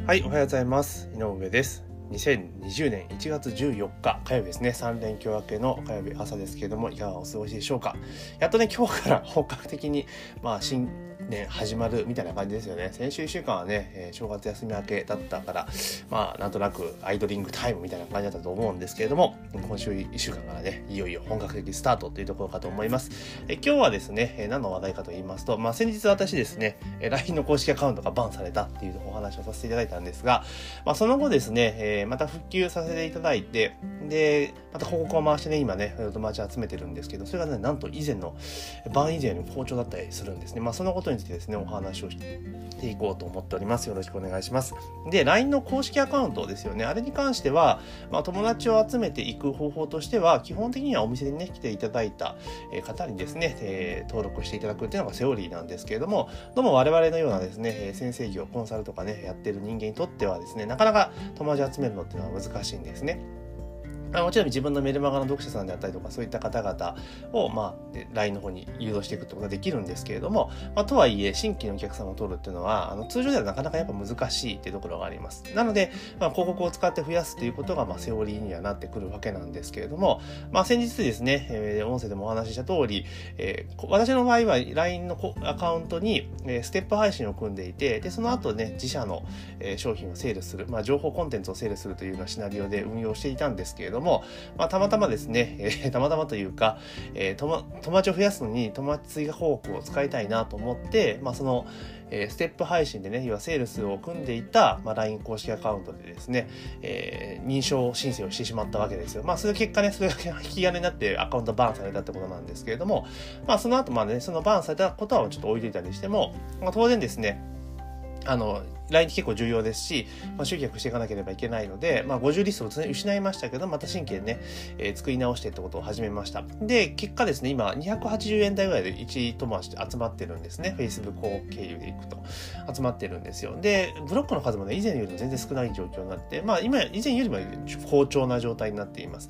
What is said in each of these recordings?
はい、おはようございます。井上です。2020年1月14日火曜日ですね。3連休明けの火曜日朝ですけれども、いかがお過ごしでしょうか。やっとね、今日から本格的に新年始まるみたいな感じですよね。先週1週間はね、正月休み明けだったから、なんとなくアイドリングタイムみたいな感じだったと思うんですけれども、今週1週間からね、いよいよ本格的スタートというところかと思います。今日はですね、何の話題かと言いますと、先日私ですね、LINE の公式アカウントがバンされたっていうお話をさせていただいたんですが、その後ですね、また復旧させていただいて、で、また広告を回してね、今ね、お友達集めてるんですけど、それがね、なんとバン以前の好調だったりするんですね。そのことについてですね、お話をしていこうと思っております。よろしくお願いします。で、LINE の公式アカウントですよね。あれに関しては、友達を集めていく方法としては、基本的にはお店にね、来ていただいた方にですね、登録していただくっていうのがセオリーなんですけれども、どうも我々のようなですね、先生業、コンサルとかね、やってる人間にとってはですね、なかなか友達集めるのっていうのは難しいんですね。もちろん自分のメルマガの読者さんであったりとかそういった方々をLINE の方に誘導していくってことができるんですけれども、とはいえ新規のお客様を取るっていうのは通常ではなかなかやっぱ難しいっていうところがあります。なので、広告を使って増やすっていうことがセオリーにはなってくるわけなんですけれども、先日ですね、音声でもお話しした通り、私の場合は LINE のアカウントにステップ配信を組んでいて、でその後ね自社の商品をセールする、情報コンテンツをセールするというようなシナリオで運用していたんですけれども、たまたまですね、たまたまというか、友達を増やすのに友達追加広告を使いたいなと思って、そのステップ配信でね、要はセールスを組んでいた、LINE 公式アカウントでですね、認証申請をしてしまったわけですよ。それ結果ね、それが引き金になってアカウントバーンされたってことなんですけれども、その後そのバーンされたことはちょっと置いといたりしても、当然ですね、LINE って結構重要ですし、集客していかなければいけないので、50リストを失いましたけど、また新規でね、作り直してってことを始めました。で、結果ですね、今280円台ぐらいで1友達集まってるんですね。Facebook 経由でいくと集まってるんですよ。で、ブロックの数もね、以前よりも全然少ない状況になって、以前よりも好調な状態になっています。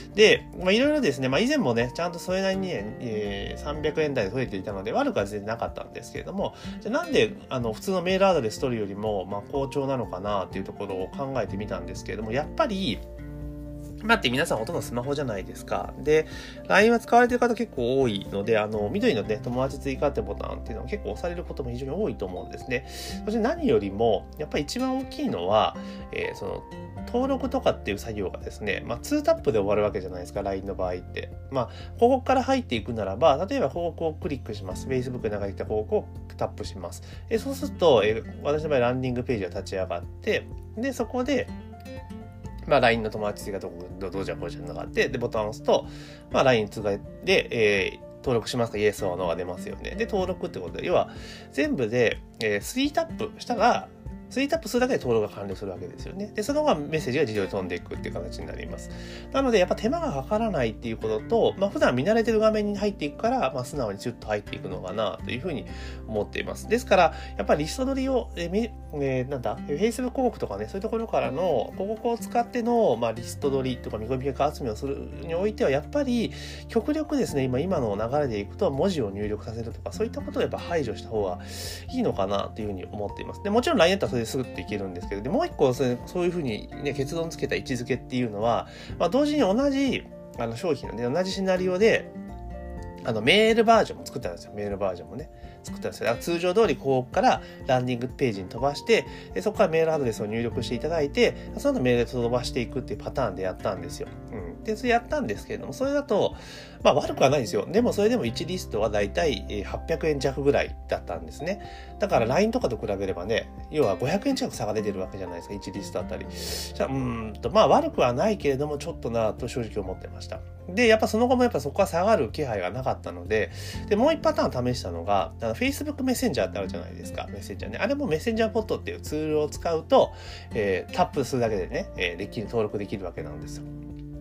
で、いろいろですね、以前もね、ちゃんとそれなりにね、300円台で取れていたので、悪くは全然なかったんですけれども、じゃあなんで、普通のメールアドレス取るよりも、好調なのかなっていうところを考えてみたんですけれども、やっぱり今って皆さんほとんどスマホじゃないですか。で、LINE は使われてる方結構多いので、緑のね、友達追加ってボタンっていうのは結構押されることも非常に多いと思うんですね。そして何よりも、やっぱり一番大きいのは、その、登録とかっていう作業がですね、2タップで終わるわけじゃないですか、LINE の場合って。広告から入っていくならば、例えば広告をクリックします。Facebook で流れてきた広告をタップします。そうすると、私の場合ランディングページが立ち上がって、で、そこで、LINE の友達がどうじゃこうじゃながあって、で、ボタンを押すと、LINE 通過で、登録しますか Yes or No が出ますよね。で、登録ってことで、要は、全部で、3タップしたら、3タップするだけで登録が完了するわけですよね。で、その後はメッセージが自動で飛んでいくっていう形になります。なので、やっぱ手間がかからないっていうことと、普段見慣れてる画面に入っていくから、素直にシュッと入っていくのかなというふうに思っています。ですから、やっぱりリスト取りを、Facebook 広告とかね、そういうところからの広告を使っての、リスト取りとか見込み客集めをするにおいては、やっぱり極力ですね、今の流れでいくと文字を入力させるとか、そういったことをやっぱ排除した方がいいのかなというふうに思っています。で、もちろん LINE だったらそれですぐっていけるんですけど、でもう一個そういうふうにね、結論つけた位置づけっていうのは、同時に同じ商品のね、同じシナリオでメールバージョンも作ったんですよ。メールバージョンもね、作ったんですよ。通常通りここからランディングページに飛ばして、でそこからメールアドレスを入力していただいて、その後メールで飛ばしていくっていうパターンでやったんですよ。で、それやったんですけれども、それだと、悪くはないですよ。でもそれでも1リストはだいたい800円弱ぐらいだったんですね。だから LINE とかと比べればね、要は500円近く差が出てるわけじゃないですか、1リストあたり。じゃあ、悪くはないけれども、ちょっとなと正直思ってました。で、やっぱその後もそこは下がる気配がなかったので、もう一パターン試したのが、Facebook メッセンジャーってあるじゃないですか、メッセンジャーね。あれもメッセンジャーボットっていうツールを使うと、タップするだけでね、登録できるわけなんですよ。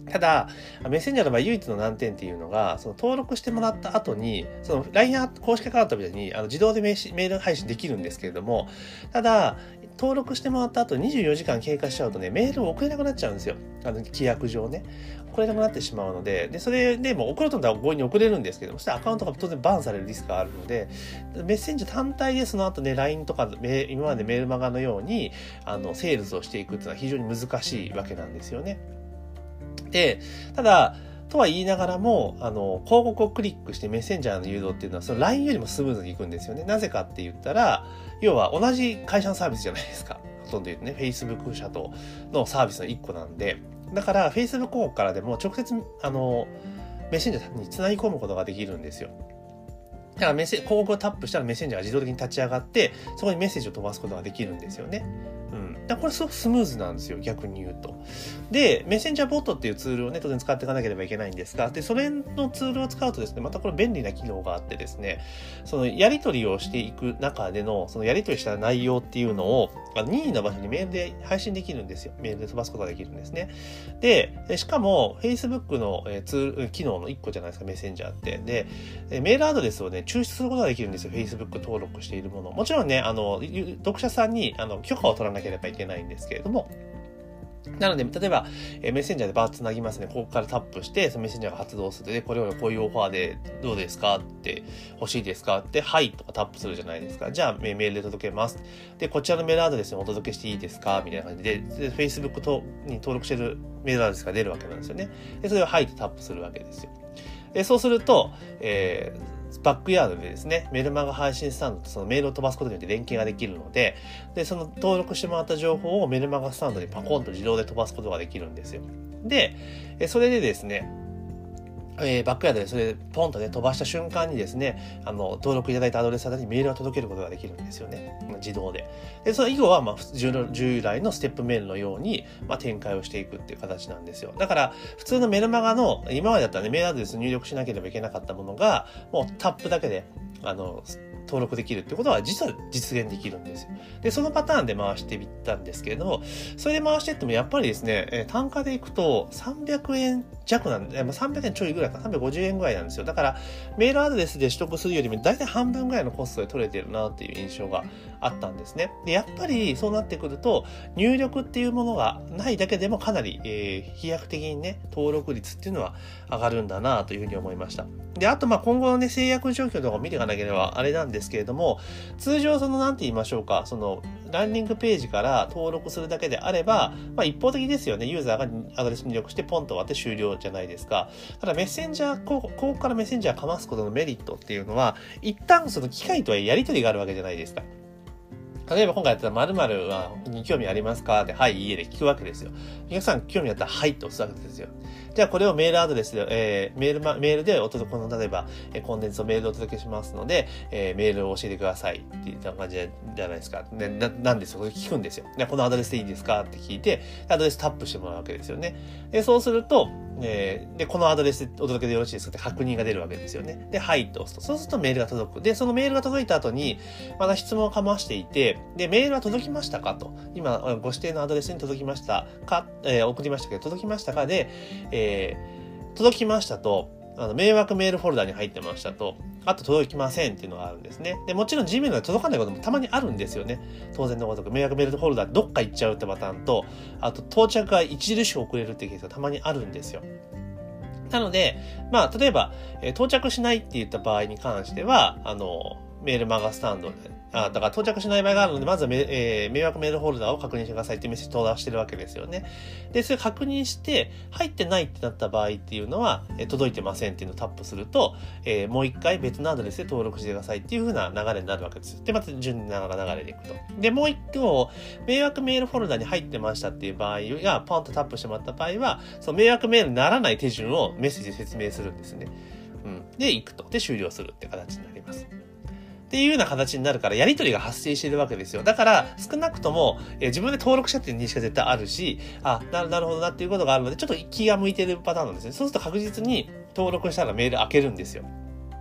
ただ、メッセンジャーの場合唯一の難点っていうのが、その登録してもらった後に、その LINE 公式アカウントみたいに自動でメール配信できるんですけれども、ただ、登録してもらった後24時間経過しちゃうとね、メールを送れなくなっちゃうんですよ。規約上ね。送れなくなってしまうので、それでも送ろうと思ったら強引に送れるんですけども、そしたらアカウントが当然バンされるリスクがあるので、メッセンジャー単体でその後ね、LINE とか今までメールマガのように、セールスをしていくっていうのは非常に難しいわけなんですよね。で、ただ、とは言いながらも、広告をクリックしてメッセンジャーの誘導っていうのは、その LINE よりもスムーズにいくんですよね。なぜかって言ったら、要は同じ会社のサービスじゃないですか。ほとんど言うとね、Facebook 社とのサービスの一個なんで、だから Facebook 広告からでも直接、メッセンジャーに繋ぎ込むことができるんですよ。だから広告をタップしたらメッセンジャーが自動的に立ち上がって、そこにメッセージを飛ばすことができるんですよね。だからこれすごくスムーズなんですよ、逆に言うと。で、メッセンジャーボットっていうツールをね、当然使っていかなければいけないんですが、で、それのツールを使うとですね、またこれ便利な機能があってですね、そのやり取りをしていく中での、そのやり取りした内容っていうのを、任意の場所にメールで配信できるんですよ。メールで飛ばすことができるんですね。で、しかも、Facebook の機能の一個じゃないですか、メッセンジャーって。で、メールアドレスをね、抽出することができるんですよ。Facebook 登録しているもの。もちろんね、読者さんに許可を取らなければいけないんですけれども、なので、例えば、メッセンジャーでバーッと繋ぎますね。ここからタップして、そのメッセンジャーが発動する。で、これをこういうオファーでどうですかって、欲しいですかって、はいとかタップするじゃないですか。じゃあ、メールで届けます。で、こちらのメールアドレスにお届けしていいですかみたいな感じで、Facebook に登録してるメールアドレスが出るわけなんですよね。で、それをはいとタップするわけですよ。で、そうすると、バックヤードでですね、メルマガ配信スタンドとそのメールを飛ばすことによって連携ができるので、で、その登録してもらった情報をメルマガスタンドにパコンと自動で飛ばすことができるんですよ。で、それでですね、バックヤードでそれでポンとね飛ばした瞬間にですね、登録いただいたアドレスにメールを届けることができるんですよね。自動で。で、その以後は、従来のステップメールのように、展開をしていくっていう形なんですよ。だから、普通のメルマガの、今までだったらね、メールアドレス入力しなければいけなかったものが、もうタップだけで、登録できるってことは実は実現できるんですよ。で、そのパターンで回していったんですけれども、それで回していってもやっぱりですね、単価でいくと300円弱なんで、300円ちょいぐらいか、350円ぐらいなんですよ。だから、メールアドレスで取得するよりも大体半分ぐらいのコストで取れてるなっていう印象があったんですね。で、やっぱりそうなってくると、入力っていうものがないだけでもかなり、飛躍的にね、登録率っていうのは上がるんだなというふうに思いました。で、あと、今後のね、制約状況とかを見ていかなければあれなんですけれども、通常なんて言いましょうか、ランディングページから登録するだけであれば、一方的ですよね。ユーザーがアドレス入力してポンと割って終了じゃないですか。ただメッセンジャー、ここからメッセンジャーかますことのメリットっていうのは、一旦その機械とはやり取りがあるわけじゃないですか。例えば今回やったら〇〇はに興味ありますかって、はい、いいえで聞くわけですよ。お客さん興味あったらはいって押すわけですよ。じゃあこれをメールアドレスで、メールで例えば、コンテンツをメールでお届けしますので、メールを教えてくださいっていった感じじゃないですか。なんですよ。それ聞くんですよ。このアドレスでいいですかって聞いて、アドレスタップしてもらうわけですよね。で、そうすると、で、このアドレスでお届けでよろしいですかって確認が出るわけですよね。で、はいって押すと。そうするとメールが届く。で、そのメールが届いた後に、また質問をかましていて、で、メールは届きましたかと。今、ご指定のアドレスに届きましたか、送りましたけど、届きましたかで、届きましたと、迷惑メールフォルダに入ってましたと、あと届きませんっていうのがあるんですね。で、もちろん Gmail で届かないこともたまにあるんですよね。当然のごとく。迷惑メールフォルダどっか行っちゃうってパターンと、あと到着が著しく遅れるっていうケースがたまにあるんですよ。なので、例えば、到着しないって言った場合に関しては、メールマガスタンドで、だから到着しない場合があるので、まずは迷惑メールフォルダを確認してくださいっていうメッセージを出してるわけですよね。で、それ確認して、入ってないってなった場合っていうのは、届いてませんっていうのをタップすると、もう一回別のアドレスで登録してくださいっていう風な流れになるわけですよ。で、また順に流れていくと。で、もう一個、迷惑メールフォルダに入ってましたっていう場合が、ポンとタップしてもらった場合は、その迷惑メールにならない手順をメッセージで説明するんですね。で、行くと。で、終了するって形になります。っていうような形になるから、やり取りが発生しているわけですよ。だから、少なくとも、自分で登録者っていう認識が絶対あるし、なるほどなっていうことがあるので、ちょっと気が向いてるパターンなんですね。そうすると確実に登録したらメール開けるんですよ。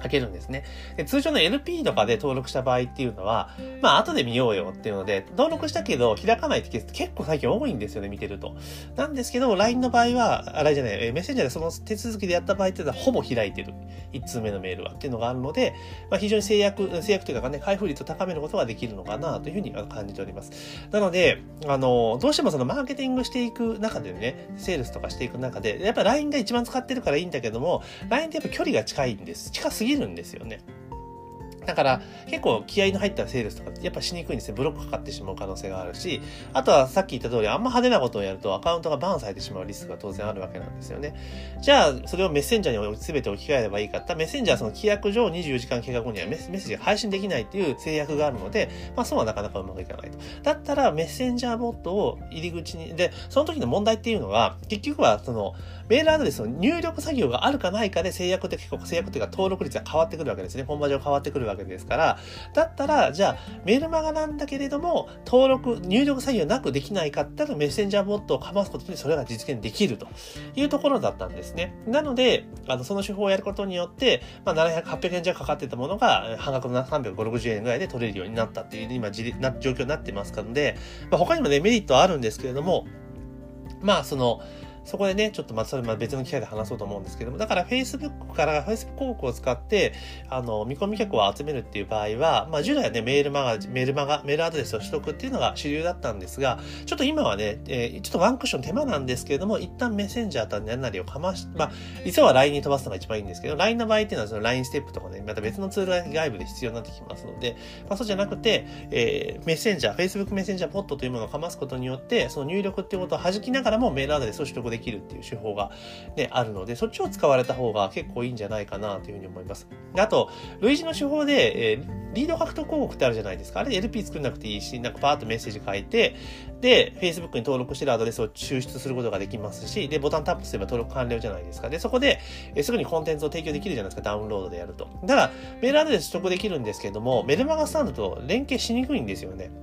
開けるんですね。で、通常の LP とかで登録した場合っていうのは、まあ後で見ようよっていうので、登録したけど開かないってケース結構最近多いんですよね、見てると。なんですけど、LINE の場合は、LINE じゃない、メッセンジャーでその手続きでやった場合っていうのはほぼ開いてる。1通目のメールはっていうのがあるので、まあ非常に制約というかね、開封率を高めることができるのかなというふうに感じております。なので、どうしてもそのマーケティングしていく中でね、セールスとかしていく中で、やっぱ LINE が一番使ってるからいいんだけども、LINE ってやっぱ距離が近いんです。近すぎるんですよね。だから結構気合いの入ったセールスとかやっぱしにくいんですね。ブロックかかってしまう可能性があるし、あとはさっき言った通りあんま派手なことをやるとアカウントがバーンされてしまうリスクが当然あるわけなんですよね。じゃあそれをメッセンジャーに全て置き換えればいいかってメッセンジャーはその規約上24時間経過後にはメッセージが配信できないっていう制約があるので、まあそうはなかなかうまくいかないと。だったらメッセンジャーボットを入り口に、で、その時の問題っていうのは結局はそのメールアドレスの入力作業があるかないかで制約っていうか登録率が変わってくるわけですね。本場上変わってくるわけですから、だったら、じゃあ、メルマガなんだけれども、入力作業なくできないかって言ったら、メッセンジャーボットをかますことでそれが実現できるというところだったんですね。なので、その手法をやることによって、まあ、800円弱かかってたものが、半額の350、60円ぐらいで取れるようになったっていう、今、状況になってますので、まあ、他にもね、メリットはあるんですけれども、まあ、そこでね、ちょっとそれ別の機会で話そうと思うんですけども、だから Facebook からFacebook 広告を使って、見込み客を集めるっていう場合は、まあ従来はね、メールアドレスを取得っていうのが主流だったんですが、ちょっと今はね、ちょっとワンクッション手間なんですけれども、一旦メッセンジャーと何なりをかまし、まあ、実は LINE に飛ばすのが一番いいんですけど、LINE の場合っていうのはその LINE ステップとかね、また別のツールが外部で必要になってきますので、まあそうじゃなくて、メッセンジャー、Facebook メッセンジャーポットというものをかますことによって、その入力っていうことを弾きながらもメールアドレスを取得できるっていう手法がね、あるので、そっちを使われた方が結構いいんじゃないかなというふうに思います。あと、類似の手法で、リード獲得広告ってあるじゃないですか。あれで LP 作んなくていいし、なんかパーッとメッセージ書いて、で、Facebook に登録してるアドレスを抽出することができますし、で、ボタンタップすれば登録完了じゃないですか。で、そこで、すぐにコンテンツを提供できるじゃないですか、ダウンロードでやると。だから、メールアドレス取得できるんですけども、メルマガスタンドと連携しにくいんですよね。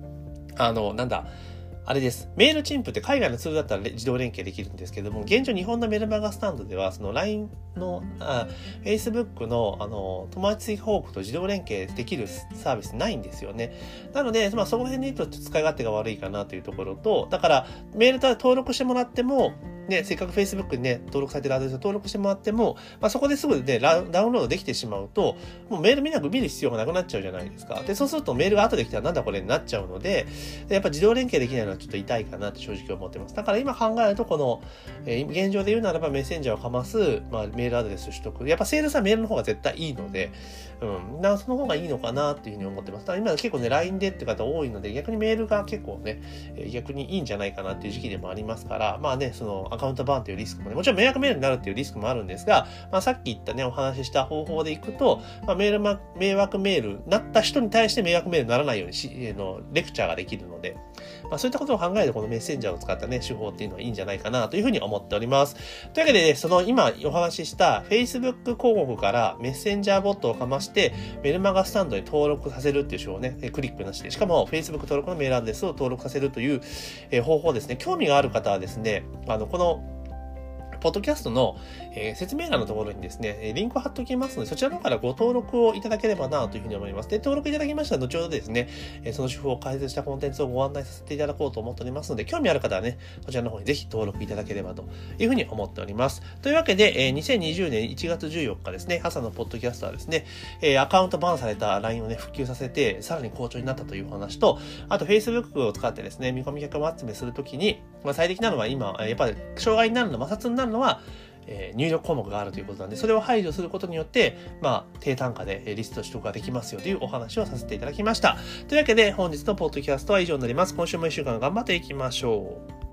あれです。メールチンプって海外のツールだったら自動連携できるんですけども、現状日本のメルマガスタンドでは、その LINE の、Facebook の友達追加報告と自動連携できるサービスないんですよね。なので、まあそこら辺で言うと使い勝手が悪いかなというところと、だからメール登録してもらっても、ね、せっかく Facebook にね、登録されてるアドレスを登録してもらっても、まあそこですぐね、ダウンロードできてしまうと、もうメール見る必要がなくなっちゃうじゃないですか。で、そうするとメールが後で来たらなんだこれになっちゃうので、やっぱ自動連携できないのはちょっと痛いかなって正直思ってます。だから今考えるとこの、現状で言うならばメッセンジャーをかます、まあメールアドレス取得。やっぱセールスはメールの方が絶対いいので、その方がいいのかなっていうふうに思ってます。ただ今結構ね、LINE でって方多いので、逆にメールが結構ね、逆にいいんじゃないかなっていう時期でもありますから、まあね、そのアカウントバーンというリスクもね、もちろん迷惑メールになるっていうリスクもあるんですが、まあさっき言ったね、お話しした方法でいくと、まあ迷惑メールになった人に対して迷惑メールにならないようにレクチャーができるので、まあそういったことを考えるとこのメッセンジャーを使ったね、手法っていうのはいいんじゃないかなというふうに思っております。というわけで、その今お話しした Facebook 広告からメッセンジャーボットをかまして、メルマガスタンドに登録させるっていう手法をね、クリックなしで、しかも Facebook 登録のメールアドレスを登録させるという方法ですね。興味がある方はですね、このポッドキャストの、説明欄のところにですね、リンクを貼っておきますので、そちらの方からご登録をいただければなというふうに思います。で、登録いただきましたら、後ほどですね、その手法を解説したコンテンツをご案内させていただこうと思っておりますので、興味ある方はね、そちらの方にぜひ登録いただければというふうに思っております。というわけで、2020年1月14日ですね、朝のポッドキャストはですね、アカウントバンされた LINE をね、復旧させて、さらに好調になったというお話と、あと Facebook を使ってですね、見込み客を集めするときに、まあ、最適なのは今、やっぱり障害になるの、摩擦になるのは、入力項目があるということなんで、それを排除することによって、まあ、低単価でリスト取得ができますよというお話をさせていただきました。というわけで、本日のポッドキャストは以上になります。今週も1週間頑張っていきましょう。